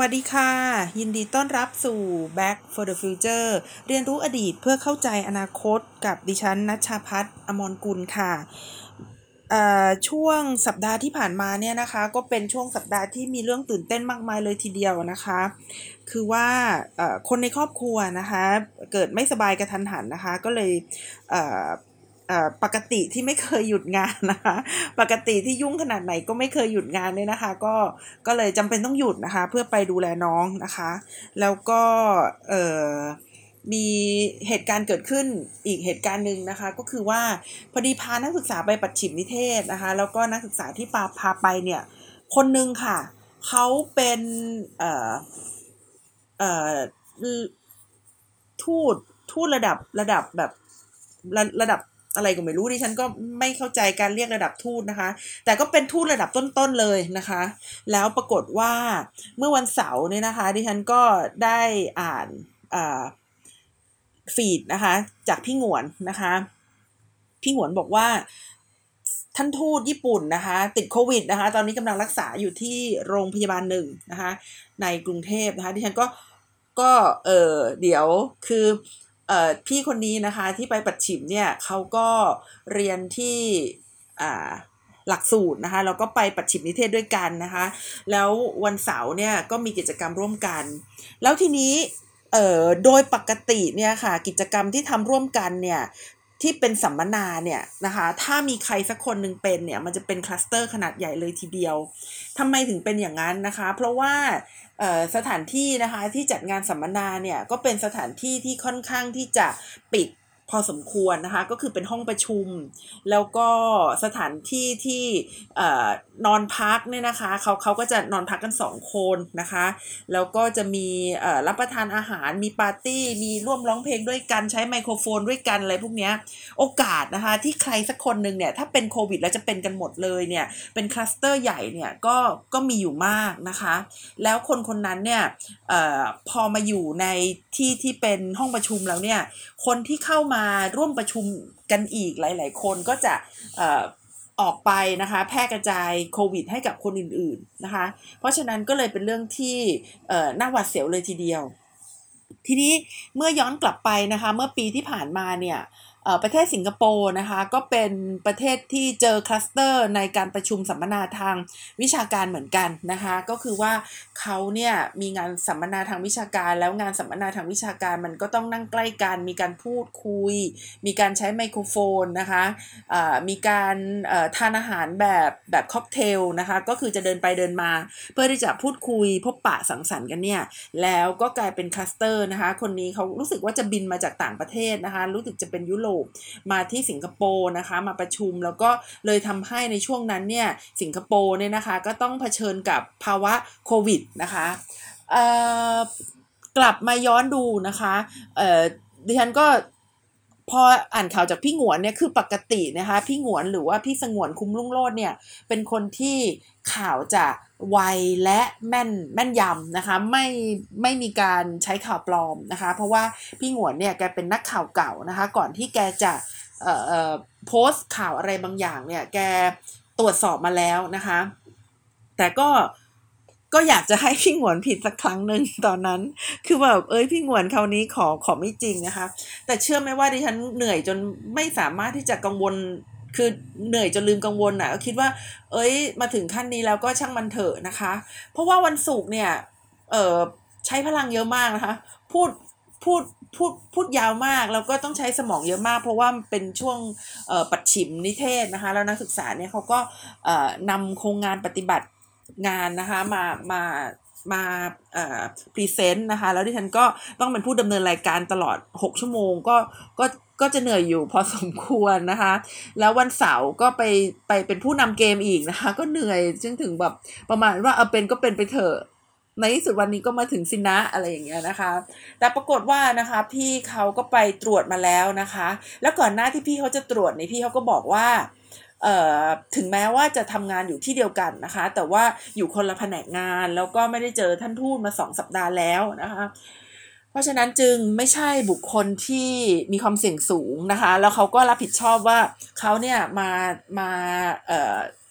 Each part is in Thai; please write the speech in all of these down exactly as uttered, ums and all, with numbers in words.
วัสดีค่ะยินดีต้อนรับสู่ Back for the Future เรียนรู้อดีตเพื่อเข้าใจอนาคตกับดิฉันณัชชาภัทร อมรกุลค่ะช่วงสัปดาห์ที่ผ่านมาเนี่ยนะคะก็เป็นช่วงสัปดาห์ที่มีเรื่องตื่นเต้นมากมายเลยทีเดียวนะคะคือว่าคนในครอบครัวนะคะเกิดไม่สบายกระทันหันนะคะก็เลยปกติที่ไม่เคยหยุดงานนะคะปกติที่ยุ่งขนาดไหนก็ไม่เคยหยุดงานเนี่ยนะคะก็ก็เลยจำเป็นต้องหยุดนะคะเพื่อไปดูแลน้องนะคะแล้วก็เอ่อมีเหตุการณ์เกิดขึ้นอีกเหตุการณ์หนึ่งนะคะก็คือว่าพอดีพานักศึกษาไปปัดฉิมนิเทศนะคะแล้วก็นักศึกษาที่พาพาไปเนี่ยคนนึงค่ะเขาเป็นเอ่อเอ่อทูตทูตระดับระดับแบบระระดับอะไรก็ไม่รู้ดิฉันก็ไม่เข้าใจการเรียกระดับทูตนะคะแต่ก็เป็นทูตระดับต้นๆเลยนะคะแล้วปรากฏว่าเมื่อวันเสาร์เนี่ยนะคะดิฉันก็ได้อ่านฟีดนะคะจากพี่หงวนนะคะพี่หงวนบอกว่าท่านทูตญี่ปุ่นนะคะติดโควิดนะคะตอนนี้กำลังรักษาอยู่ที่โรงพยาบาลหนึ่งนะคะในกรุงเทพนะคะดิฉันก็ก็เออเดี๋ยวคือเอ่อพี่คนนี้นะคะที่ไปปัดฉิมเนี่ยเขาก็เรียนที่อ่าหลักสูตรนะคะแล้วก็ไปปัดฉิมนิเทศด้วยกันนะคะแล้ววันเสาร์เนี่ยก็มีกิจกรรมร่วมกันแล้วทีนี้เอ่อโดยปกติเนี่ยค่ะกิจกรรมที่ทำร่วมกันเนี่ยที่เป็นสัมมนาเนี่ยนะคะถ้ามีใครสักคนหนึ่งเป็นเนี่ยมันจะเป็นคลัสเตอร์ขนาดใหญ่เลยทีเดียวทำไมถึงเป็นอย่างนั้นนะคะเพราะว่าสถานที่นะคะที่จัดงานสัมมนาเนี่ยก็เป็นสถานที่ที่ค่อนข้างที่จะปิดพอสมควรนะคะก็คือเป็นห้องประชุมแล้วก็สถานที่ที่นอนพักเนี่ยนะคะเขาเขาก็จะนอนพักกันสองคนนะคะแล้วก็จะมีรับประทานอาหารมีปาร์ตี้มีร่วมร้องเพลงด้วยกันใช้ไมโครโฟนด้วยกันอะไรพวกนี้โอกาสนะคะที่ใครสักคนนึงเนี่ยถ้าเป็นโควิดแล้วจะเป็นกันหมดเลยเนี่ยเป็นคลัสเตอร์ใหญ่เนี่ยก็ก็มีอยู่มากนะคะแล้วคนคนนั้นเนี่ยอพอมาอยู่ในที่ที่เป็นห้องประชุมแล้วเนี่ยคนที่เข้ามาร่วมประชุมกันอีกหลายๆคนก็จะออกไปนะคะแพร่กระจายโควิดให้กับคนอื่นๆนะคะเพราะฉะนั้นก็เลยเป็นเรื่องที่น่าหวาดเสียวเลยทีเดียวทีนี้เมื่อย้อนกลับไปนะคะเมื่อปีที่ผ่านมาเนี่ยประเทศสิงคโปร์นะคะก็เป็นประเทศที่เจอคลัสเตอร์ในการประชุมสัมมนาทางวิชาการเหมือนกันนะคะก็คือว่าเขาเนี่ยมีงานสัมมนาทางวิชาการแล้วงานสัมมนาทางวิชาการมันก็ต้องนั่งใกล้กันมีการพูดคุยมีการใช้ไมโครโฟนนะคะมีการทานอาหารแบบแบบค็อกเทลนะคะก็คือจะเดินไปเดินมาเพื่อที่จะพูดคุยพบปะสังสรรค์กันเนี่ยแล้วก็กลายเป็นคลัสเตอร์นะคะคนนี้เขารู้สึกว่าจะบินมาจากต่างประเทศนะคะรู้สึกจะเป็นยุโรปมาที่สิงคโปร์นะคะมาประชุมแล้วก็เลยทำให้ในช่วงนั้นเนี่ยสิงคโปร์เนี่ยนะคะก็ต้องเผชิญกับภาวะโควิดนะคะกลับมาย้อนดูนะคะดิฉันก็พออ่านข่าวจากพี่หงวนเนี่ยคือปกตินะคะพี่หงวนหรือว่าพี่สงวนคุ้มรุ่งโรจน์เนี่ยเป็นคนที่ข่าวจะไวและแม่นแม่นยำนะคะไม่ไม่มีการใช้ข่าวปลอมนะคะเพราะว่าพี่หงวนเนี่ยแกเป็นนักข่าวเก่านะคะก่อนที่แกจะเอ่อเอ่อโพสต์ข่าวอะไรบางอย่างเนี่ยแกตรวจสอบมาแล้วนะคะแต่ก็ก็อยากจะให้พี่หงวนผิดสักครั้งหนึ่งตอนนั้นคือแบบเอ้ยพี่หงวนคราวนี้ขอขอไม่จริงนะคะแต่เชื่อไหมว่าดิฉันเหนื่อยจนไม่สามารถที่จะกังวลคือเหนื่อยจนลืมกังวลอ่ะก็คิดว่าเอ้ยมาถึงขั้นนี้แล้วก็ช่างมันเถอะนะคะเพราะว่าวันศุกร์เนี่ยเอ่อใช้พลังเยอะมากนะคะพูดพูดพูดพูดยาวมากแล้วก็ต้องใช้สมองเยอะมากเพราะว่าเป็นช่วงปัดฉิมนิเทศนะคะแล้วนักศึกษาเนี่ยเขาก็นำโครงงานปฏิบัติงานนะคะมามามาเอ่อพรีเซนต์นะคะแล้วดิฉันก็ต้องเป็นผู้ดำเนินรายการตลอดหกชั่วโมงก็ก็ก็จะเหนื่อยอยู่พอสมควรนะคะแล้ววันเสาร์ก็ไปไปเป็นผู้นำเกมอีกนะคะก็เหนื่อยจนถึงแบบประมาณว่าเออเป็นก็เป็นไปเถอะในที่สุดวันนี้ก็มาถึงสินะอะไรอย่างเงี้ยนะคะแต่ปรากฏว่านะคะพี่เขาก็ไปตรวจมาแล้วนะคะแล้วก่อนหน้าที่พี่เขาจะตรวจเนี่ยพี่เขาก็บอกว่าเอ่อถึงแม้ว่าจะทำงานอยู่ที่เดียวกันนะคะแต่ว่าอยู่คนละแผนกงานแล้วก็ไม่ได้เจอท่านทูตมาสองสัปดาห์แล้วนะคะเพราะฉะนั้นจึงไม่ใช่บุคคลที่มีความเสี่ยงสูงนะคะแล้วเขาก็รับผิดชอบว่าเขาเนี่ยมามาเอ่อ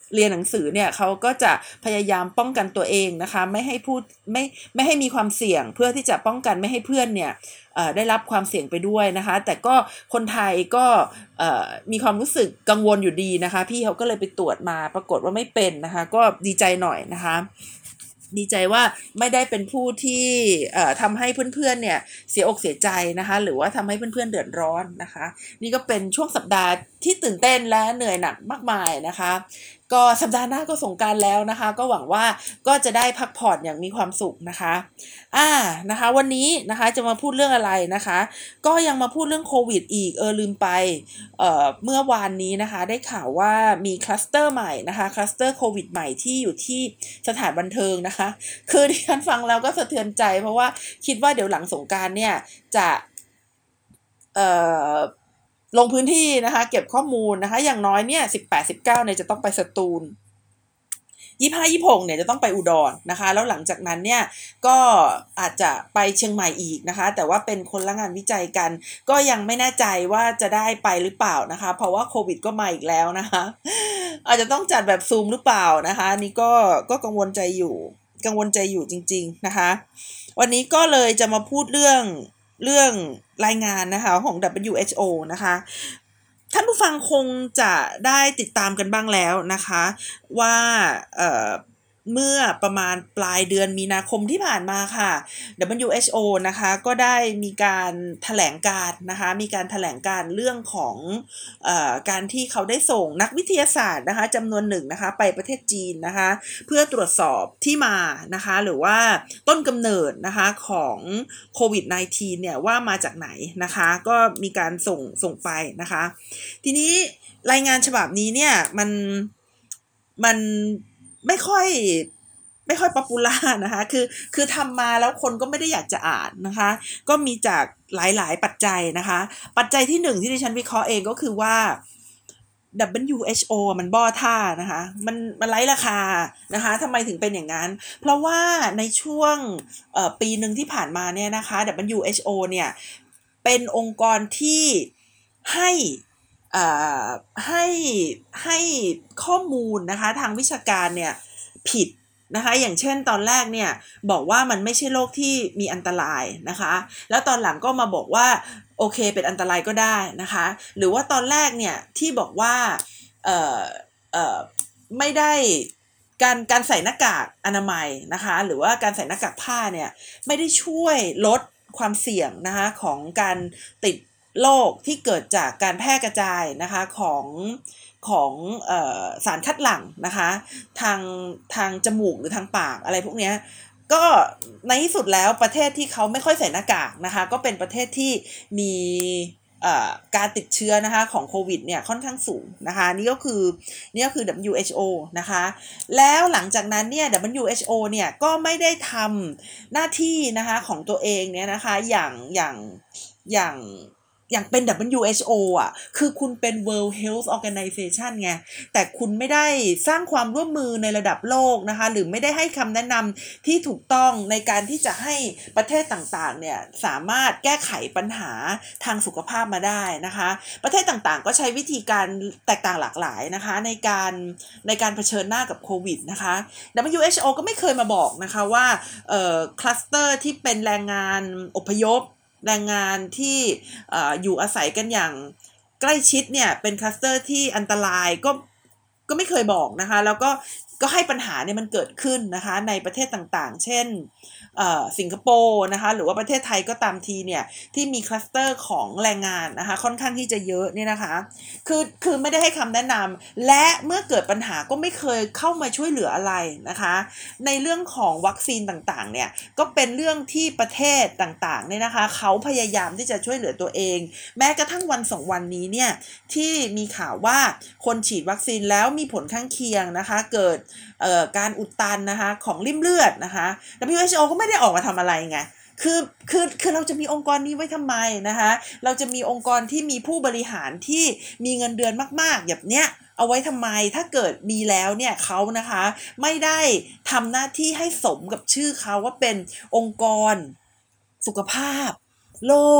เรียนหนังสือเนี่ยเขาก็จะพยายามป้องกันตัวเองนะคะไม่ให้พูดไม่ไม่ให้มีความเสี่ยงเพื่อที่จะป้องกันไม่ให้เพื่อนเนี่ยได้รับความเสี่ยงไปด้วยนะคะแต่ก็คนไทยก็มีความรู้สึกกังวลอยู่ดีนะคะพี่เขาก็เลยไปตรวจมาปรากฏว่าไม่เป็นนะคะก็ดีใจหน่อยนะคะดีใจว่าไม่ได้เป็นผู้ที่ทำให้เพื่อนๆเนี่ยเสียอกเสียใจนะคะหรือว่าทำให้เพื่อนๆเดือดร้อนนะคะนี่ก็เป็นช่วงสัปดาห์ที่ตื่นเต้นและเหนื่อยหนักมากมายนะคะก็สัปดาห์หน้าก็สงกรานต์แล้วนะคะก็หวังว่าก็จะได้พักผ่อนอย่างมีความสุขนะคะอ่านะคะวันนี้นะคะจะมาพูดเรื่องอะไรนะคะก็ยังมาพูดเรื่องโควิดอีกเออลืมไปเอ่อเมื่อวานนี้นะคะได้ข่าวว่ามีคลัสเตอร์ใหม่นะคะคลัสเตอร์โควิดใหม่ที่อยู่ที่สถานบันเทิงนะคะคือดิฉันฟังแล้วก็สะเทือนใจเพราะว่าคิดว่าเดี๋ยวหลังสงกรานต์เนี่ยจะเอ่อลงพื้นที่นะคะเก็บข้อมูลนะคะอย่างน้อยเนี่ยสิบแปด สิบเก้าเนี่ยจะต้องไปสตูลยี่สิบห้า ยี่สิบหกเนี่ยจะต้องไปอุดรนะคะแล้วหลังจากนั้นเนี่ยก็อาจจะไปเชียงใหม่อีกนะคะแต่ว่าเป็นคนละงานวิจัยกันก็ยังไม่แน่ใจว่าจะได้ไปหรือเปล่านะคะเพราะว่าโควิดก็มาอีกแล้วนะคะอาจจะต้องจัดแบบซูมหรือเปล่านะคะนี่ก็ก็กังวลใจอยู่กังวลใจอยู่จริงๆนะคะวันนี้ก็เลยจะมาพูดเรื่องเรื่องรายงานนะคะของ ดับเบิลยู เอช โอ นะคะท่านผู้ฟังคงจะได้ติดตามกันบ้างแล้วนะคะว่าเอ่อเมื่อประมาณปลายเดือนมีนาคมที่ผ่านมาค่ะ ดับเบิลยู เอช โอ นะคะก็ได้มีการแถลงการนะคะมีการแถลงการเรื่องของเอ่อการที่เขาได้ส่งนักวิทยาศาสตร์นะคะจำนวนหนึ่งนะคะไปประเทศจีนนะคะเพื่อตรวจสอบที่มานะคะหรือว่าต้นกำเนิดนะคะของโควิด สิบเก้า เนี่ยว่ามาจากไหนนะคะก็มีการส่งส่งไปนะคะทีนี้รายงานฉบับนี้เนี่ยมันมันไม่ค่อยไม่ค่อยป๊อปปูล่านะคะคือคือทำมาแล้วคนก็ไม่ได้อยากจะอ่านนะคะก็มีจากหลายๆปัจจัยนะคะปัจจัยที่หนึ่งที่ดิฉันวิเคราะห์เองก็คือว่า ดับเบิลยู เอช โอ มันบ้อท่านะคะมันมันไร้ราคานะคะทำไมถึงเป็นอย่างนั้นเพราะว่าในช่วงปีหนึ่งที่ผ่านมาเนี่ยนะคะ ดับเบิลยู เอช โอ เนี่ยเป็นองค์กรที่ให้ให้ให้ข้อมูลนะคะทางวิชาการเนี่ยผิดนะคะอย่างเช่นตอนแรกเนี่ยบอกว่ามันไม่ใช่โรคที่มีอันตรายนะคะแล้วตอนหลังก็มาบอกว่าโอเคเป็นอันตรายก็ได้นะคะหรือว่าตอนแรกเนี่ยที่บอกว่าเอ่อเอ่อไม่ได้การการใส่หน้ากากอนามัยนะคะหรือว่าการใส่หน้ากากผ้าเนี่ยไม่ได้ช่วยลดความเสี่ยงนะคะของการติดโรคที่เกิดจากการแพร่กระจายนะคะของของเอ่อสารคัดหลั่งนะคะทางทางจมูกหรือทางปากอะไรพวกนี้ก็ในที่สุดแล้วประเทศที่เขาไม่ค่อยใส่หน้ากากนะคะก็เป็นประเทศที่มีการติดเชื้อนะคะของโควิดเนี่ยค่อนข้างสูงนะคะนี่ก็คือนี่ก็คือ ดับเบิลยู เอช โอ นะคะแล้วหลังจากนั้นเนี่ย ดับเบิลยู เอช โอ เนี่ยก็ไม่ได้ทำหน้าที่นะคะของตัวเองเนี่ยนะคะอย่างอย่างอย่างอย่างเป็น ดับเบิลยู เอช โอ อ่ะคือคุณเป็น World Health Organization ไงแต่คุณไม่ได้สร้างความร่วมมือในระดับโลกนะคะหรือไม่ได้ให้คำแนะนำที่ถูกต้องในการที่จะให้ประเทศต่างๆเนี่ยสามารถแก้ไขปัญหาทางสุขภาพมาได้นะคะประเทศต่างๆก็ใช้วิธีการแตกต่างหลากหลายนะคะในการในการเผชิญหน้ากับโควิดนะคะ ดับเบิลยู เอช โอ ก็ไม่เคยมาบอกนะคะว่าเอ่อคลัสเตอร์ที่เป็นแรงงานอพยพแรงงานที่เอ่ออยู่อาศัยกันอย่างใกล้ชิดเนี่ยเป็นคลัสเตอร์ที่อันตรายก็ก็ไม่เคยบอกนะคะแล้วก็ก็ให้ปัญหาเนี่ยมันเกิดขึ้นนะคะในประเทศต่างๆเช่นสิงคโปร์นะคะหรือว่าประเทศไทยก็ตามทีเนี่ยที่มีคลัสเตอร์ของแรงงานนะคะค่อนข้างที่จะเยอะเนี่ยนะคะคือคือไม่ได้ให้คำแนะนำและเมื่อเกิดปัญหาก็ไม่เคยเข้ามาช่วยเหลืออะไรนะคะในเรื่องของวัคซีนต่างๆเนี่ยก็เป็นเรื่องที่ประเทศต่างๆเนี่ยนะคะเขาพยายามที่จะช่วยเหลือตัวเองแม้กระทั่งวันสองวันนี้เนี่ยที่มีข่าวว่าคนฉีดวัคซีนแล้วมีผลข้างเคียงนะคะเกิดเอ่อการอุดตันนะคะของริ่มเลือดนะคะ ดับเบิลยู เอช โอ ก็ไม่ได้ออกมาทำอะไรไงคือคือคือเราจะมีองค์กรนี้ไว้ทำไมนะคะเราจะมีองค์กรที่มีผู้บริหารที่มีเงินเดือนมากๆแบบเนี้ยเอาไว้ทำไมถ้าเกิดมีแล้วเนี่ยเขานะคะไม่ได้ทำหน้าที่ให้สมกับชื่อเขาว่าเป็นองค์กรสุขภาพโลก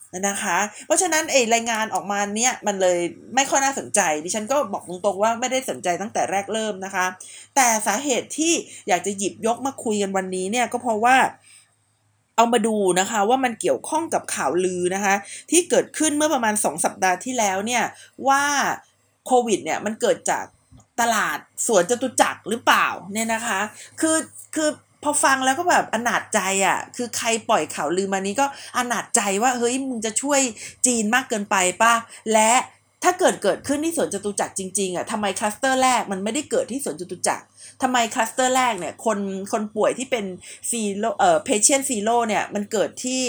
นะคะเพราะฉะนั้นไอ้รายงานออกมาเนี้ยมันเลยไม่ค่อยน่าสนใจดิฉันก็บอกตรงๆว่าไม่ได้สนใจตั้งแต่แรกเริ่มนะคะแต่สาเหตุที่อยากจะหยิบยกมาคุยกันวันนี้เนี่ยก็เพราะว่าเอามาดูนะคะว่ามันเกี่ยวข้องกับข่าวลือนะคะที่เกิดขึ้นเมื่อประมาณสองสัปดาห์ที่แล้วเนี่ยว่าโควิดเนี่ยมันเกิดจากตลาดสวนจตุจักรหรือเปล่าเนี่ยนะคะคือคือพอฟังแล้วก็แบบอนาจใจอ่ะคือใครปล่อยข่าวลือมานี้ก็อนาจใจว่าเฮ้ยมึงจะช่วยจีนมากเกินไปป่ะและถ้าเกิดเกิดขึ้นที่สวนจตุจักรจริงๆอ่ะทำไมคลัสเตอร์แรกมันไม่ได้เกิดที่สวนจตุจักรทำไมคลัสเตอร์แรกเนี่ยคนคนป่วยที่เป็นซีโร่เอ่อ patient zero เนี่ยมันเกิดที่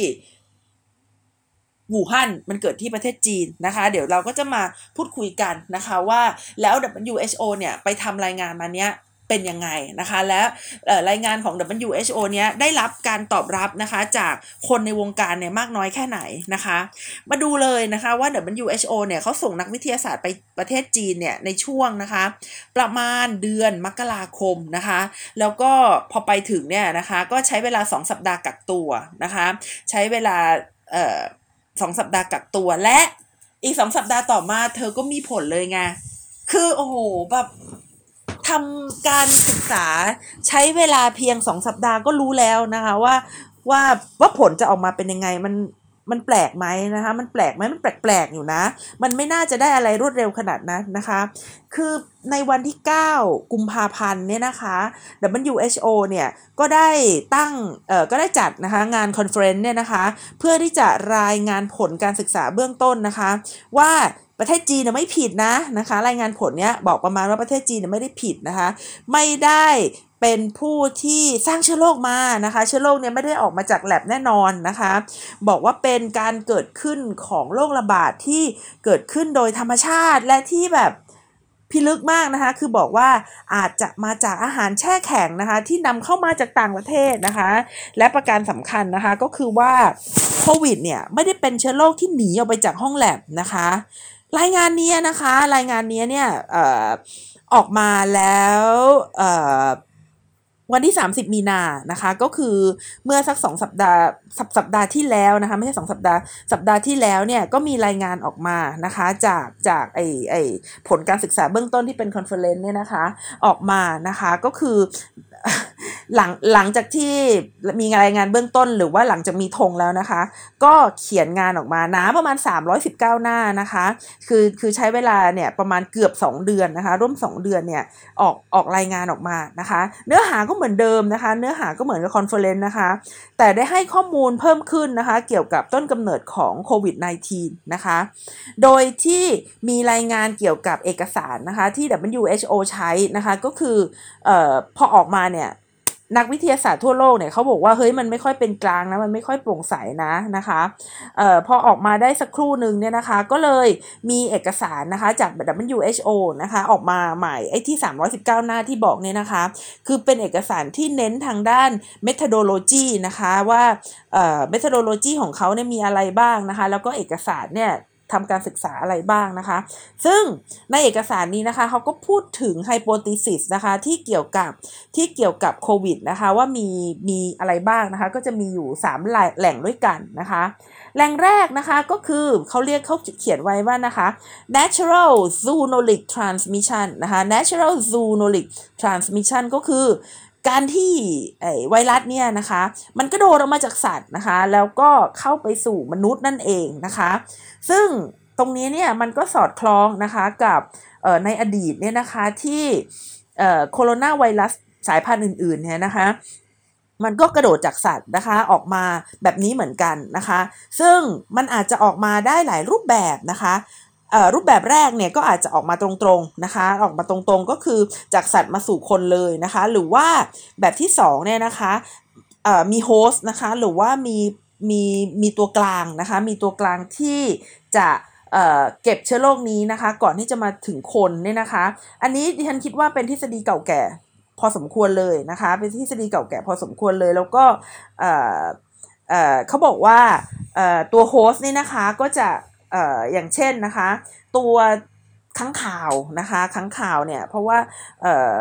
วู่ฮั่นมันเกิดที่ประเทศจีนนะคะเดี๋ยวเราก็จะมาพูดคุยกันนะคะว่าแล้ว ดับเบิลยู เอช โอ เนี่ยไปทำรายงานมาเนี้ยเป็นยังไงนะคะและรายงานของ ดับเบิลยู เอช โอ เนี้ยได้รับการตอบรับนะคะจากคนในวงการเนี่ยมากน้อยแค่ไหนนะคะมาดูเลยนะคะว่า ดับเบิลยู เอช โอ เนี่ยเขาส่งนักวิทยาศาสตร์ไปประเทศจีนเนี่ยในช่วงนะคะประมาณเดือนมกราคมนะคะแล้วก็พอไปถึงเนี่ยนะคะก็ใช้เวลาสองสัปดาห์กักตัวนะคะใช้เวลาเอ่อสองสัปดาห์กักตัวและอีกสองสัปดาห์ต่อมาเธอก็มีผลเลยไงคือโอ้โหแบบทำการศึกษาใช้เวลาเพียงสองสัปดาห์ก็รู้แล้วนะคะว่าว่าว่าผลจะออกมาเป็นยังไงมันมันแปลกไหมนะคะมันแปลกไหมมันแปลกๆอยู่นะมันไม่น่าจะได้อะไรรวดเร็วขนาดนั้นนะคะคือในวันที่เก้ากุมภาพันธ์เนี่ยนะคะ ดับเบิลยู เอช โอ เนี่ยก็ได้ตั้งเอ่อก็ได้จัดนะคะงานคอนเฟอเรนซ์เนี่ยนะคะเพื่อที่จะรายงานผลการศึกษาเบื้องต้นนะคะว่าประเทศจีนไม่ผิดนะนะคะรายงานผลเนี้ยบอกประมาณว่าประเทศจีนไม่ได้ผิดนะคะไม่ได้เป็นผู้ที่สร้างเชื้อโรคมานะคะเชื้อโรคเนี่ยไม่ได้ออกมาจากแลบแน่นอนนะคะบอกว่าเป็นการเกิดขึ้นของโรคระบาดที่เกิดขึ้นโดยธรรมชาติและที่แบบพิลึกมากนะคะคือบอกว่าอาจจะมาจากอาหารแช่แข็งนะคะที่นำเข้ามาจากต่างประเทศนะคะและประการสำคัญนะคะก็คือว่าโควิดเนี่ยไม่ได้เป็นเชื้อโรคที่หนีออกไปจากห้องแลบนะคะรายงานนี้นะคะรายงานนี้เนี่ยเอ่อออกมาแล้วเอ่อวันที่สามสิบมีนานะคะก็คือเมื่อสักสองสัปดาห์สัปสัปดาห์ที่แล้วนะคะไม่ใช่สองสัปดาห์สัปดาห์ที่แล้วเนี่ยก็มีรายงานออกมานะคะจากจากไอไอผลการศึกษาเบื้องต้นที่เป็นคอนเฟอเรนซ์เนี่ยนะคะออกมานะคะก็คือหลังหลังจากที่มีรายงานเบื้องต้นหรือว่าหลังจากมีธงแล้วนะคะก็เขียนงานออกมาหนาประมาณสามร้อยสิบเก้าหน้านะคะคือคือใช้เวลาเนี่ยประมาณเกือบสองเดือนนะคะร่วมสองเดือนเนี่ยออกออกรายงานออกมานะคะเนื้อหาก็เหมือนเดิมนะคะเนื้อหาก็เหมือนกับคอนเฟอเรนซ์นะคะแต่ได้ให้ข้อมูลเพิ่มขึ้นนะคะเกี่ยวกับต้นกำเนิดของโควิด สิบเก้า นะคะโดยที่มีรายงานเกี่ยวกับเอกสารนะคะที่ ดับเบิลยู เอช โอ ใช้นะคะก็คือเอ่อพอออกมาเนี่ยนักวิทยาศาสตร์ทั่วโลกเนี่ยเขาบอกว่าเฮ้ยมันไม่ค่อยเป็นกลางนะมันไม่ค่อยโปร่งใสนะนะคะเอ่อพอออกมาได้สักครู่นึงเนี่ยนะคะก็เลยมีเอกสารนะคะจาก ดับเบิลยู เอช โอ นะคะออกมาใหม่ไอ้ที่สามร้อยสิบเก้าหน้าที่บอกเนี่ยนะคะคือเป็นเอกสารที่เน้นทางด้าน methodology นะคะว่าเอ่อ methodology ของเขาเนี่ยมีอะไรบ้างนะคะแล้วก็เอกสารเนี่ยทำการศึกษาอะไรบ้างนะคะซึ่งในเอกสารนี้นะคะเขาก็พูดถึงไฮโปทีซิสนะคะที่เกี่ยวกับที่เกี่ยวกับโควิดนะคะว่ามีมีอะไรบ้างนะคะก็จะมีอยู่สามแหล่งด้วยกันนะคะแหล่งแรกนะคะก็คือเขาเรียกเขาเขียนไว้ว่านะคะ natural zoonotic transmission นะคะ natural zoonotic transmission ก็คือการที่ไอ้ไวรัสเนี่ยนะคะมันกระโดดออกมาจากสัตว์นะคะแล้วก็เข้าไปสู่มนุษย์นั่นเองนะคะซึ่งตรงนี้เนี่ยมันก็สอดคล้องนะคะกับในอดีตเนี่ยนะคะที่โคโรนาไวรัสสายพันธุ์อื่นๆเนี่ยนะคะมันก็กระโดดจากสัตว์นะคะออกมาแบบนี้เหมือนกันนะคะซึ่งมันอาจจะออกมาได้หลายรูปแบบนะคะรูปแบบแรกเนี่ยก็อาจจะออกมาตรงๆนะคะออกมาตรงๆก็คือจากสัตว์มาสู่คนเลยนะคะหรือว่าแบบที่สองเนี่ยนะคะมีโฮสต์นะคะหรือว่ามีมีมีตัวกลางนะคะมีตัวกลางที่จะเอ่อเก็บเชื้อโรคนี้นะคะก่อนที่จะมาถึงคนเนี่ยนะคะอันนี้ดิฉันคิดว่าเป็นทฤษฎีเก่าแก่พอสมควรเลยนะคะเป็นทฤษฎีเก่าแก่พอสมควรเลยแล้วก็เอ่อเอ่อเขาบอกว่าเอ่อตัวโฮสต์นี่นะคะก็จะเอ่ออย่างเช่นนะคะตัวค้างคาวนะคะค้างคาวเนี่ยเพราะว่าเอ่อ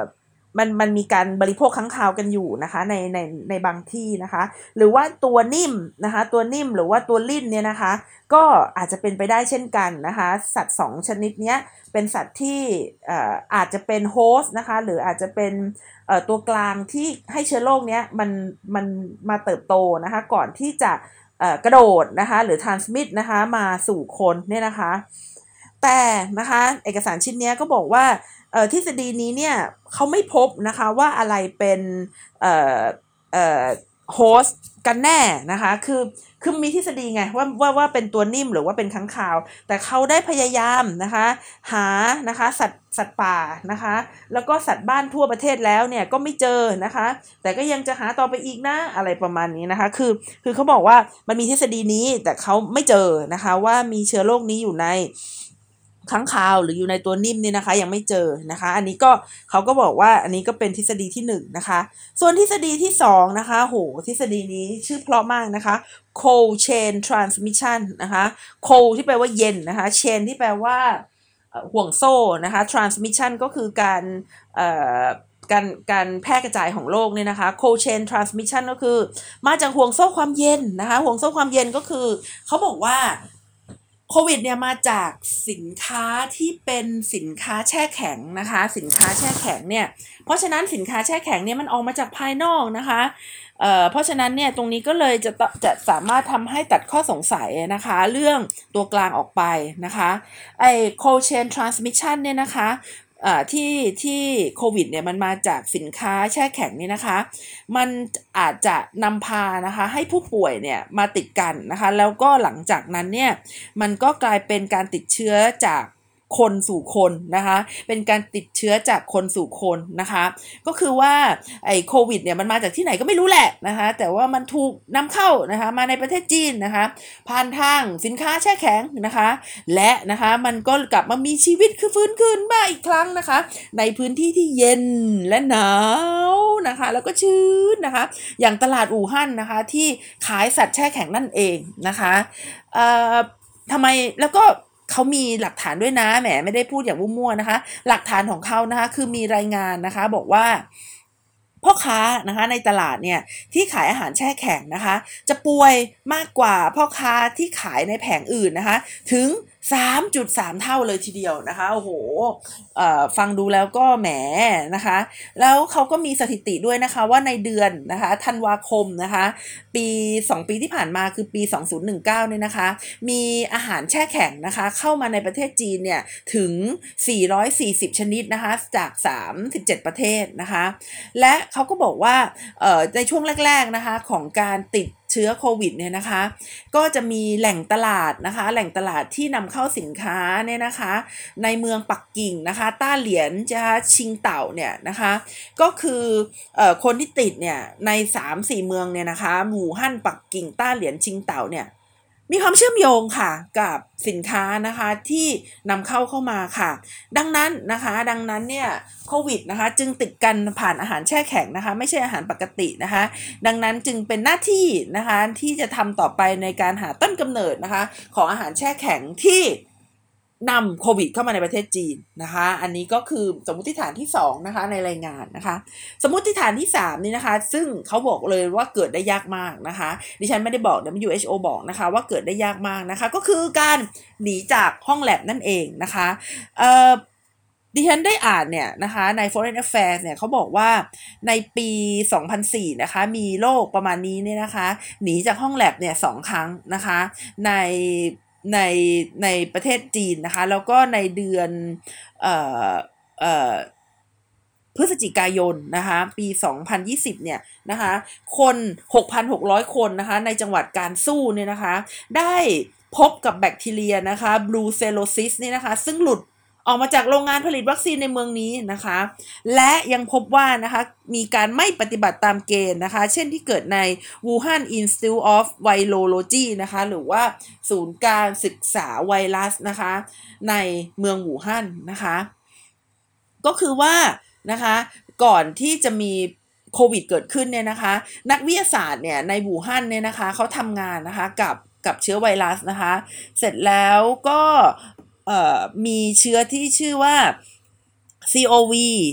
มันมันมีการบริโภคค้างคาวกันอยู่นะคะในในในบางที่นะคะหรือว่าตัวนิ่มนะคะตัวนิ่มหรือว่าตัวลิ่นเนี่ยนะคะก็อาจจะเป็นไปได้เช่นกันนะคะสัตว์สองชนิดนี้เป็นสัตว์ที่เอ่ออาจจะเป็นโฮสต์นะคะหรืออาจจะเป็นเอ่อตัวกลางที่ให้เชื้อโรคเนี้ยมันมันมาเติบโตนะคะก่อนที่จะเอ่อกระโดดนะคะหรือ transmit นะคะมาสู่คนเนี่ยนะคะแต่นะคะเอกสารชิ้นนี้ก็บอกว่าเอ่อทฤษฎีนี้เนี่ยเขาไม่พบนะคะว่าอะไรเป็นเอ่อเอ่อโฮสต์กันแน่นะคะคือคือมีทฤษฎีไงว่าว่าว่าเป็นตัวนิ่มหรือว่าเป็นค้างคาวแต่เขาได้พยายามนะคะหานะคะสัตว์สัตว์ป่านะคะแล้วก็สัตว์บ้านทั่วประเทศแล้วเนี่ยก็ไม่เจอนะคะแต่ก็ยังจะหาต่อไปอีกนะอะไรประมาณนี้นะคะคือคือเขาบอกว่ามันมีทฤษฎีนี้แต่เขาไม่เจอนะคะว่ามีเชื้อโรคนี้อยู่ในค้างคาวหรืออยู่ในตัวนิ่มนี่นะคะยังไม่เจอนะคะอันนี้ก็เขาก็บอกว่าอันนี้ก็เป็นทฤษฎีที่หนึ่งนะคะส่วนทฤษฎีที่สองนะคะโหทฤษฎีนี้ชื่อเพราะมากนะคะ cold chain transmission นะคะ cold ที่แปลว่าเย็นนะคะ chain ที่แปลว่าห่วงโซ่นะคะ transmission ก็คือการเอ่อการการแพร่กระจายของโรคเนี่ยนะคะ cold chain transmission ก็คือมาจากห่วงโซ่ความเย็นนะคะห่วงโซ่ความเย็นก็คือเขาบอกว่าโควิดเนี่ยมาจากสินค้าที่เป็นสินค้าแช่แข็งนะคะสินค้าแช่แข็งเนี่ยเพราะฉะนั้นสินค้าแช่แข็งเนี่ยมันออกมาจากภายนอกนะคะเอ่อเพราะฉะนั้นเนี่ยตรงนี้ก็เลยจะจะสามารถทำให้ตัดข้อสงสัยนะคะเรื่องตัวกลางออกไปนะคะไอ้ cold chain transmission เนี่ยนะคะอ่าที่ที่โควิดเนี่ยมันมาจากสินค้าแช่แข็งนี่นะคะมันอาจจะนำพานะคะให้ผู้ป่วยเนี่ยมาติดกันนะคะแล้วก็หลังจากนั้นเนี่ยมันก็กลายเป็นการติดเชื้อจากคนสู่คนนะคะเป็นการติดเชื้อจากคนสู่คนนะคะก็คือว่าไอ้โควิดเนี่ยมันมาจากที่ไหนก็ไม่รู้แหละนะคะแต่ว่ามันถูกนำเข้านะคะมาในประเทศจีนนะคะผ่านทางสินค้าแช่แข็งนะคะและนะคะมันก็กลับมามีชีวิตคือฟื้นคืนมาอีกครั้งนะคะในพื้นที่ที่เย็นและหนาวนะคะแล้วก็ชื้นนะคะอย่างตลาดอู่ฮั่นนะคะที่ขายสัตว์แช่แข็งนั่นเองนะคะเอ่อทำไมแล้วก็เขามีหลักฐานด้วยนะแหมไม่ได้พูดอย่างมั่วๆนะคะหลักฐานของเขานะคะคือมีรายงานนะคะบอกว่าพ่อค้านะคะในตลาดเนี่ยที่ขายอาหารแช่แข็งนะคะจะป่วยมากกว่าพ่อค้าที่ขายในแผงอื่นนะคะถึง สามจุดสาม เท่าเลยทีเดียวนะคะโอ้โหเอ่อฟังดูแล้วก็แหมนะคะแล้วเขาก็มีสถิติด้วยนะคะว่าในเดือนนะคะธันวาคมนะคะปีสองปีที่ผ่านมาคือปีสองพันสิบเก้าเนี่ยนะคะมีอาหารแช่แข็งนะคะเข้ามาในประเทศจีนเนี่ยถึงสี่ร้อยสี่สิบชนิดนะคะจากสามสิบเจ็ดประเทศนะคะและเขาก็บอกว่าเอ่อในช่วงแรกๆนะคะของการติดเชื้อโควิดเนี่ยนะคะก็จะมีแหล่งตลาดนะคะแหล่งตลาดที่นำเข้าสินค้าเนี่ยนะคะในเมืองปักกิ่งนะคะต้าเหลียนจะชิงเต่าเนี่ยนะคะก็คือเอ่อคนที่ติดเนี่ยใน สามถึงสี่ เมืองเนี่ยนะคะหูหั่นปักกิ่งต้าเหลียนชิงเต่าเนี่ยมีความเชื่อมโยงค่ะกับสินค้านะคะที่นำเข้าเข้ามาค่ะดังนั้นนะคะดังนั้นเนี่ยโควิดนะคะจึงติดกันผ่านอาหารแช่แข็งนะคะไม่ใช่อาหารปกตินะคะดังนั้นจึงเป็นหน้าที่นะคะที่จะทำต่อไปในการหาต้นกำเนิดนะคะของอาหารแช่แข็งที่นำโควิดเข้ามาในประเทศจีนนะคะอันนี้ก็คือสมมติฐานที่สองนะคะในรายงานนะคะสมมติฐานที่สามนี่นะคะซึ่งเขาบอกเลยว่าเกิดได้ยากมากนะคะดิฉันไม่ได้บอก ดับเบิลยู เอช โอ บอกนะคะว่าเกิดได้ยากมากนะคะก็คือการหนีจากห้องแลบนั่นเองนะคะเอ่อดิฉันได้อ่านเนี่ยนะคะใน Foreign Affairs เนี่ยเขาบอกว่าในปีสองพันสี่นะคะมีโรคประมาณนี้เนี่ยนะคะหนีจากห้องแลบเนี่ยสองครั้งนะคะในในในประเทศจีนนะคะแล้วก็ในเดือนเอ่อเอ่อพฤศจิกายนนะคะปีสองพันยี่สิบเนี่ยนะคะคน หกพันหกร้อย คนนะคะในจังหวัดการซู่เนี่ยนะคะได้พบกับแบคทีเรียนะคะบลูเซโลซิสนี่นะคะซึ่งหลุดออกมาจากโรงงานผลิตวัคซีนในเมืองนี้นะคะและยังพบว่านะคะมีการไม่ปฏิบัติตามเกณฑ์นะคะเช่นที่เกิดใน Wuhan Institute of Virology นะคะหรือว่าศูนย์การศึกษาไวรัสนะคะในเมืองอู่ฮั่นนะคะก็คือว่านะคะก่อนที่จะมีโควิดเกิดขึ้นเนี่ยนะคะนักวิทยาศาสตร์เนี่ยในอู่ฮั่นเนี่ยนะคะเขาทำงานนะคะกับกับเชื้อไวรัสนะคะเสร็จแล้วก็เอ่อมีเชื้อที่ชื่อว่า ซี โอ วี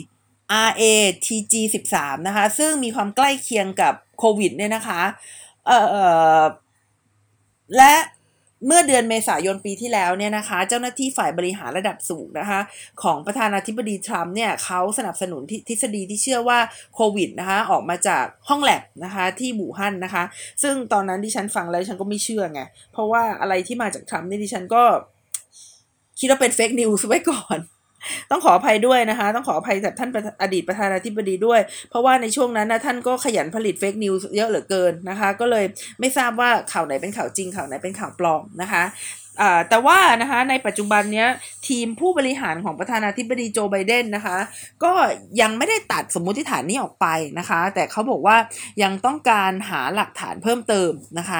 อาร์ เอ ที จี สิบสาม นะคะซึ่งมีความใกล้เคียงกับโควิดเนี่ยนะคะเอ่อและเมื่อเดือนเมษายนปีที่แล้วเนี่ยนะคะเจ้าหน้าที่ฝ่ายบริหารระดับสูงนะคะของประธานาธิบดีทรัมป์เนี่ยเขาสนับสนุนทฤษฎีที่เชื่อว่าโควิดนะคะออกมาจากห้องแลบนะคะที่บู่ฮั่นนะคะซึ่งตอนนั้นดิฉันฟังแล้วดิฉันก็ไม่เชื่อไงเพราะว่าอะไรที่มาจากทรัมป์นี่ดิฉันก็คิดว่าเป็นเฟกนิวส์ไว้ก่อนต้องขออภัยด้วยนะคะต้องขออภัยกับท่านอดีตประธานาธิบดีด้วยเพราะว่าในช่วงนั้นนะท่านก็ขยันผลิตเฟกนิวส์เยอะเหลือเกินนะคะก็เลยไม่ทราบว่าข่าวไหนเป็นข่าวจริงข่าวไหนเป็นข่าวปลอมนะคะแต่ว่านะคะในปัจจุบันเนี้ยทีมผู้บริหารของประธานาธิบดีโจไบเดนนะคะก็ยังไม่ได้ตัดสมมุติฐานนี้ออกไปนะคะแต่เขาบอกว่ายังต้องการหาหลักฐานเพิ่มเติมนะคะ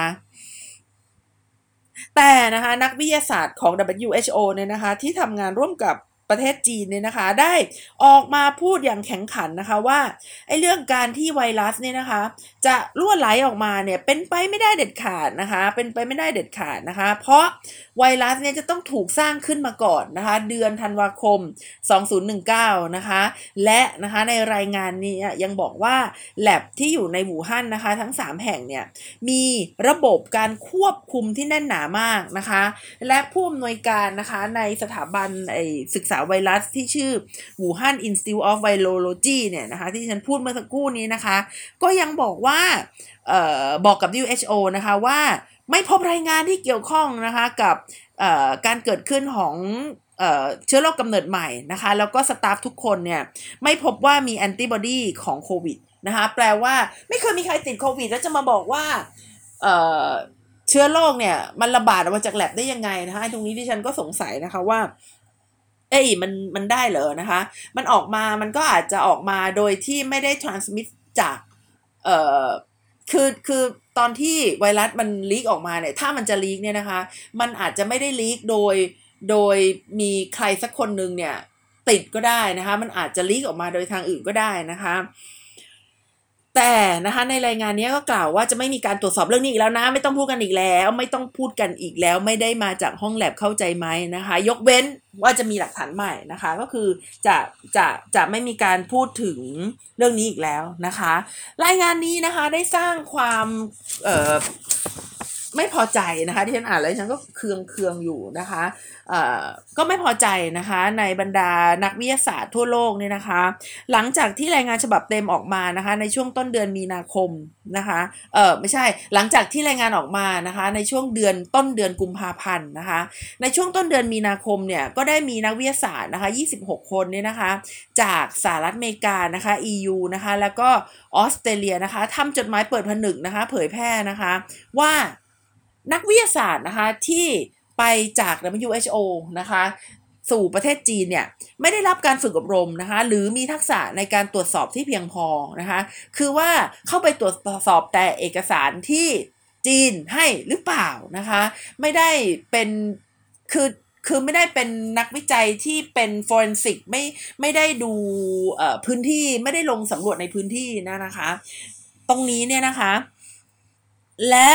แต่นะคะนักวิทยาศาสตร์ของ ดับเบิลยู เอช โอ เนี่ยนะคะที่ทำงานร่วมกับประเทศจีนเนี่ยนะคะได้ออกมาพูดอย่างแข็งขันนะคะว่าไอ้เรื่องการที่ไวรัสเนี่ยนะคะจะรั่วไหลออกมาเนี่ยเป็นไปไม่ได้เด็ดขาดนะคะเป็นไปไม่ได้เด็ดขาดนะคะเพราะไวรัสเนี่ยจะต้องถูกสร้างขึ้นมาก่อนนะคะเดือนธันวาคมสองพันสิบเก้านะคะและนะคะในรายงานนี้ยังบอกว่าแลบที่อยู่ในอู่ฮั่นนะคะทั้งสามแห่งเนี่ยมีระบบการควบคุมที่แน่นหนามากนะคะและผู้อำนวยการนะคะในสถาบันไอศึกษาไวรัสที่ชื่อ Wuhan Institute of Virology เนี่ยนะคะที่ฉันพูดเมื่อสักครู่นี้นะคะก็ยังบอกว่าเอ่อบอกกับ ดับเบิลยู เอช โอ นะคะว่าไม่พบรายงานที่เกี่ยวข้องนะคะกับเอ่อการเกิดขึ้นของเอ่อเชื้อโรคกำเนิดใหม่นะคะแล้วก็สตาฟทุกคนเนี่ยไม่พบว่ามีแอนติบอดีของโควิดนะคะแปลว่าไม่เคยมีใครติดโควิดแล้วจะมาบอกว่าเอ่อเชื้อโรคเนี่ยมันระบาดออกมาจากแลบได้ยังไงนะคะตรงนี้ที่ฉันก็สงสัยนะคะว่าเอ้ยมันมันได้เหรอนะคะมันออกมามันก็อาจจะออกมาโดยที่ไม่ได้ transmit จากเอ่อคือคือตอนที่ไวรัสมันลีกออกมาเนี่ยถ้ามันจะลีกเนี่ยนะคะมันอาจจะไม่ได้ลีกโดยโดยมีใครสักคนนึงเนี่ยติดก็ได้นะคะมันอาจจะลีกออกมาโดยทางอื่นก็ได้นะคะแต่นะคะในรายงานนี้ก็กล่าวว่าจะไม่มีการตรวจสอบเรื่องนี้อีกแล้วนะไม่ต้องพูดกันอีกแล้วไม่ต้องพูดกันอีกแล้วไม่ได้มาจากห้องแลบเข้าใจไหมนะคะยกเว้นว่าจะมีหลักฐานใหม่นะคะก็คือจะจะจะไม่มีการพูดถึงเรื่องนี้อีกแล้วนะคะรายงานนี้นะคะได้สร้างความเอ่อไม่พอใจนะคะที่ฉันอ่านแล้วฉันก็เคืองเคืองอยู่นะคะเอ่อก็ไม่พอใจนะคะในบรรดานักวิทยาศาสตร์ทั่วโลกเนี่ยนะคะหลังจากที่รายงานฉบับเต็มออกมานะคะในช่วงต้นเดือนมีนาคมนะคะเออไม่ใช่หลังจากที่รายงานออกมานะคะในช่วงเดือนต้นเดือนกุมภาพันธ์นะคะในช่วงต้นเดือนมีนาคมเนี่ยก็ได้มีนักวิทยาศาสตร์นะคะยี่สิบหกคนเนี่ยนะคะจากสหรัฐอเมริกานะคะ อี ยู นะคะแล้วก็ออสเตรเลียนะคะทำจดหมายเปิดผนึกนะคะเผยแพร่นะคะว่านักวิทยาศาสตร์นะคะที่ไปจาก ดับเบิลยู เอช โอ นะคะสู่ประเทศจีนเนี่ยไม่ได้รับการฝึกอบรมนะคะหรือมีทักษะในการตรวจสอบที่เพียงพอนะคะคือว่าเข้าไปตรวจสอบแต่เอกสารที่จีนให้หรือเปล่านะคะไม่ได้เป็นคือคือไม่ได้เป็นนักวิจัยที่เป็น forensic ไม่ไม่ได้ดูพื้นที่ไม่ได้ลงสำรวจในพื้นที่นะนะคะตรงนี้เนี่ยนะคะและ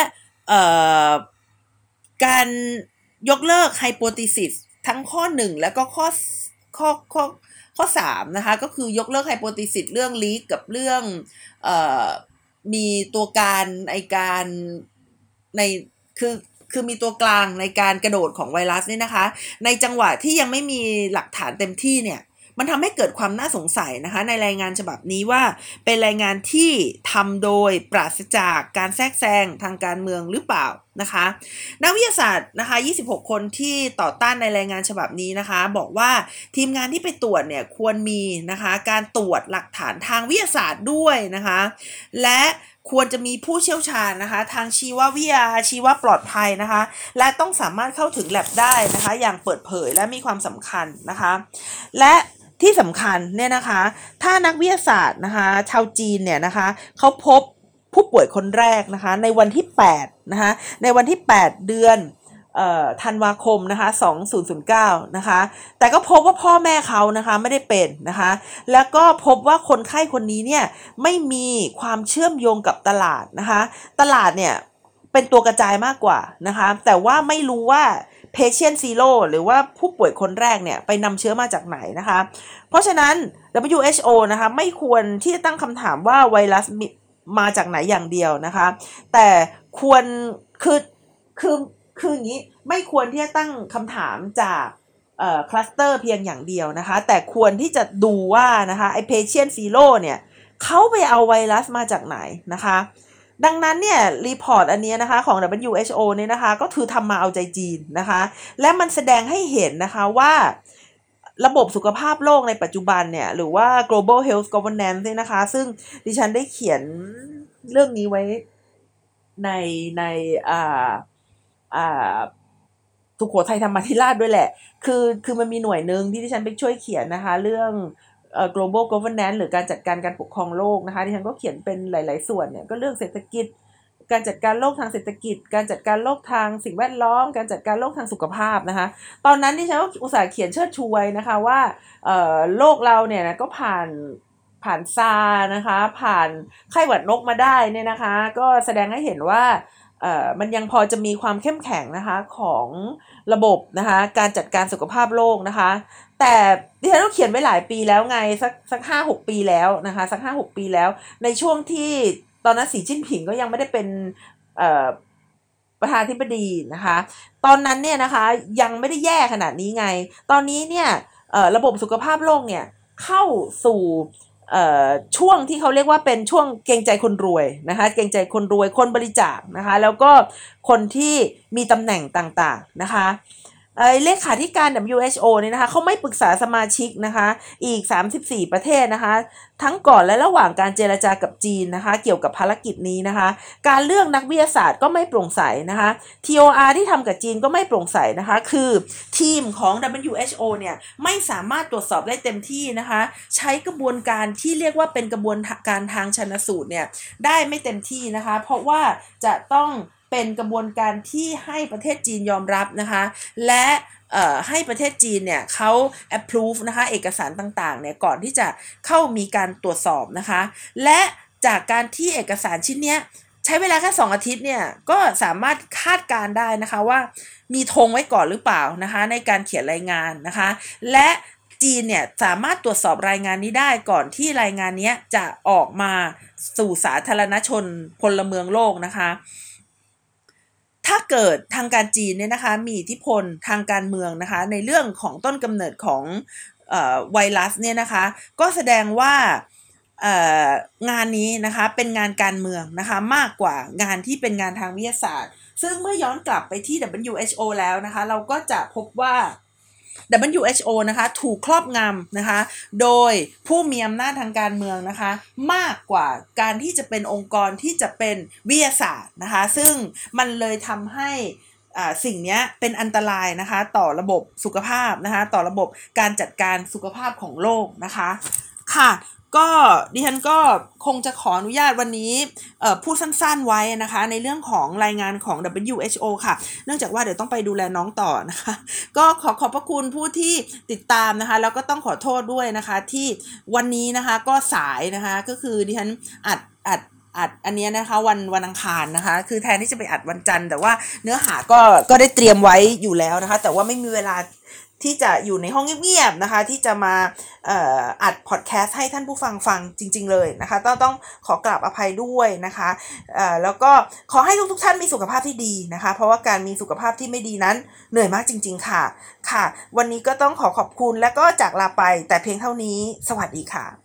การยกเลิกไฮโปทีซิสทั้งข้อหนึ่งแล้วก็ข้อข้อข้อข้อสามนะคะก็คือยกเลิกไฮโปทีซิสเรื่องลีกกับเรื่องเอ่อมีตัวการในการในคือคือมีตัวกลางในการกระโดดของไวรัสนี่นะคะในจังหวะที่ยังไม่มีหลักฐานเต็มที่เนี่ยมันทำให้เกิดความน่าสงสัยนะคะในรายงานฉบับนี้ว่าเป็นรายงานที่ทำโดยปราศจากการแทรกแซงทางการเมืองหรือเปล่านะคะนักวิทยาศาสตร์นะคะยี่สิบหกคนที่ต่อต้านในรายงานฉบับนี้นะคะบอกว่าทีมงานที่ไปตรวจเนี่ยควรมีนะคะการตรวจหลักฐานทางวิทยาศาสตร์ด้วยนะคะและควรจะมีผู้เชี่ยวชาญนะคะทางชีววิทยาชีวปลอดภัยนะคะและต้องสามารถเข้าถึงแลบได้นะคะอย่างเปิดเผยและมีความสำคัญนะคะและที่สำคัญเนี่ยนะคะถ้านักวิทยาศาสตร์นะคะชาวจีนเนี่ยนะคะเขาพบผู้ป่วยคนแรกนะคะในวันที่แปดนะคะในวันที่แปดเดือนเอ่อธันวาคมนะคะสองพันเก้านะคะแต่ก็พบว่าพ่อแม่เขานะคะไม่ได้เป็นนะคะแล้วก็พบว่าคนไข้คนนี้เนี่ยไม่มีความเชื่อมโยงกับตลาดนะคะตลาดเนี่ยเป็นตัวกระจายมากกว่านะคะแต่ว่าไม่รู้ว่า patient zero หรือว่าผู้ป่วยคนแรกเนี่ยไปนำเชื้อมาจากไหนนะคะเพราะฉะนั้น ดับเบิลยู เอช โอ นะคะไม่ควรที่จะตั้งคำถามว่าไวรัสมาจากไหนอย่างเดียวนะคะแต่ควรคือคือคืออย่างนี้ไม่ควรที่จะตั้งคำถามจากเอ่อคลัสเตอร์เพียงอย่างเดียวนะคะแต่ควรที่จะดูว่านะคะไอ้ patient zero เนี่ยเขาไปเอาไวรัสมาจากไหนนะคะดังนั้นเนี่ยรีพอร์ตอันนี้นะคะของ ดับเบิลยู เอช โอ เนี่ยนะคะก็คือทำมาเอาใจจีนนะคะและมันแสดงให้เห็นนะคะว่าระบบสุขภาพโลกในปัจจุบันเนี่ยหรือว่า global health governance เนี่ยนะคะซึ่งดิฉันได้เขียนเรื่องนี้ไว้ในในอ่าอ่าสุโขทัยธรรมาธิราชด้วยแหละคือคือมันมีหน่วยนึงที่ดิฉันไปช่วยเขียนนะคะเรื่องเอ่อ global governance หรือการจัดการการปกครองโลกนะคะดิฉันก็เขียนเป็นหลายๆส่วนเนี่ยก็เรื่องเศรษฐกิจการจัดการโลกทางเศรษฐกิจการจัดการโลกทางสิ่งแวดล้อมการจัดการโลกทางสุขภาพนะคะตอนนั้นดิฉันก็อุตส่าห์เขียนเชิดชูไว้นะคะว่าเอ่อโลกเราเนี่ยนะก็ผ่านผ่านซาร์นะคะผ่านไข้หวัดนกมาได้เนี่ยนะคะก็แสดงให้เห็นว่าเอ่อมันยังพอจะมีความเข้มแข็งนะคะของระบบนะคะการจัดการสุขภาพโลกนะคะแต่ดิฉันก็เขียนไว้หลายปีแล้วไงสักสักห้าหกปีแล้วนะคะสักห้าหกปีแล้วในช่วงที่ตอนนั้นสีจิ้นผิงก็ยังไม่ได้เป็นเอ่อประธานาธิบดีนะคะตอนนั้นเนี่ยนะคะยังไม่ได้แย่ขนาดนี้ไงตอนนี้เนี่ยเอ่อระบบสุขภาพโลกเนี่ยเข้าสู่เอ่อช่วงที่เขาเรียกว่าเป็นช่วงเกรงใจคนรวยนะคะเกรงใจคนรวยคนบริจาคนะคะแล้วก็คนที่มีตำแหน่งต่างๆนะคะเลขาธิการ ดับเบิลยู เอช โอ เนี่ยนะคะเขาไม่ปรึกษาสมาชิกนะคะอีกสามสิบสี่ประเทศนะคะทั้งก่อนและระหว่างการเจรจากับจีนนะคะเกี่ยวกับภารกิจนี้นะคะการเลือกนักวิทยาศาสตร์ก็ไม่โปร่งใสนะคะ ที โอ อาร์ ที่ทำกับจีนก็ไม่โปร่งใสนะคะคือทีมของ ดับเบิลยู เอช โอ เนี่ยไม่สามารถตรวจสอบได้เต็มที่นะคะใช้กระบวนการที่เรียกว่าเป็นกระบวนการทางชันสูตรเนี่ยได้ไม่เต็มที่นะคะเพราะว่าจะต้องเป็นกระบวนการที่ให้ประเทศจีนยอมรับนะคะและให้ประเทศจีนเนี่ยเขา approve นะคะเอกสารต่างๆเนี่ยก่อนที่จะเข้ามีการตรวจสอบนะคะและจากการที่เอกสารชิ้นเนี้ยใช้เวลาแค่สองอาทิตย์เนี่ยก็สามารถคาดการได้นะคะว่ามีธงไว้ก่อนหรือเปล่านะคะในการเขียนรายงานนะคะและจีนเนี่ยสามารถตรวจสอบรายงานนี้ได้ก่อนที่รายงานนี้จะออกมาสู่สาธารณชนพลเมืองโลกนะคะถ้าเกิดทางการจีนเนี่ยนะคะมีอิทธิพลทางการเมืองนะคะในเรื่องของต้นกำเนิดของเอ่อไวรัสเนี่ยนะคะก็แสดงว่าเอ่องานนี้นะคะเป็นงานการเมืองนะคะมากกว่างานที่เป็นงานทางวิทยาศาสตร์ซึ่งเมื่อย้อนกลับไปที่ ดับเบิลยู เอช โอ แล้วนะคะเราก็จะพบว่า ดับเบิลยู เอช โอ นะคะถูกครอบงำนะคะโดยผู้มีอำนาจทางการเมืองนะคะมากกว่าการที่จะเป็นองค์กรที่จะเป็นวิทยาศาสตร์นะคะซึ่งมันเลยทำให้สิ่งนี้เป็นอันตรายนะคะต่อระบบสุขภาพนะคะต่อระบบการจัดการสุขภาพของโลกนะคะค่ะก็ดิฉันก็คงจะขออนุญาตวันนี้พูดสั้นๆไว้นะคะในเรื่องของรายงานของ ดับเบิลยู เอช โอ ค่ะเนื่องจากว่าเดี๋ยวต้องไปดูแลน้องต่อนะคะก็ขอขอบพระคุณผู้ที่ติดตามนะคะแล้วก็ต้องขอโทษด้วยนะคะที่วันนี้นะคะก็สายนะคะก็คือดิฉันอัดอัดอัดอันนี้นะคะวันวันอังคารนะคะคือแทนที่จะไปอัดวันจันทร์แต่ว่าเนื้อหาก็ก็ได้เตรียมไว้อยู่แล้วนะคะแต่ว่าไม่มีเวลาที่จะอยู่ในห้องเงียบๆนะคะที่จะมาเอ่ออัดพอดแคสต์ให้ท่านผู้ฟังฟังจริงๆเลยนะคะต้องต้องขอกราบอภัยด้วยนะคะเอ่อแล้วก็ขอให้ทุกๆท่านมีสุขภาพที่ดีนะคะเพราะว่าการมีสุขภาพที่ไม่ดีนั้นเหนื่อยมากจริงๆค่ะค่ะวันนี้ก็ต้องขอขอบคุณและก็จากลาไปแต่เพียงเท่านี้สวัสดีค่ะ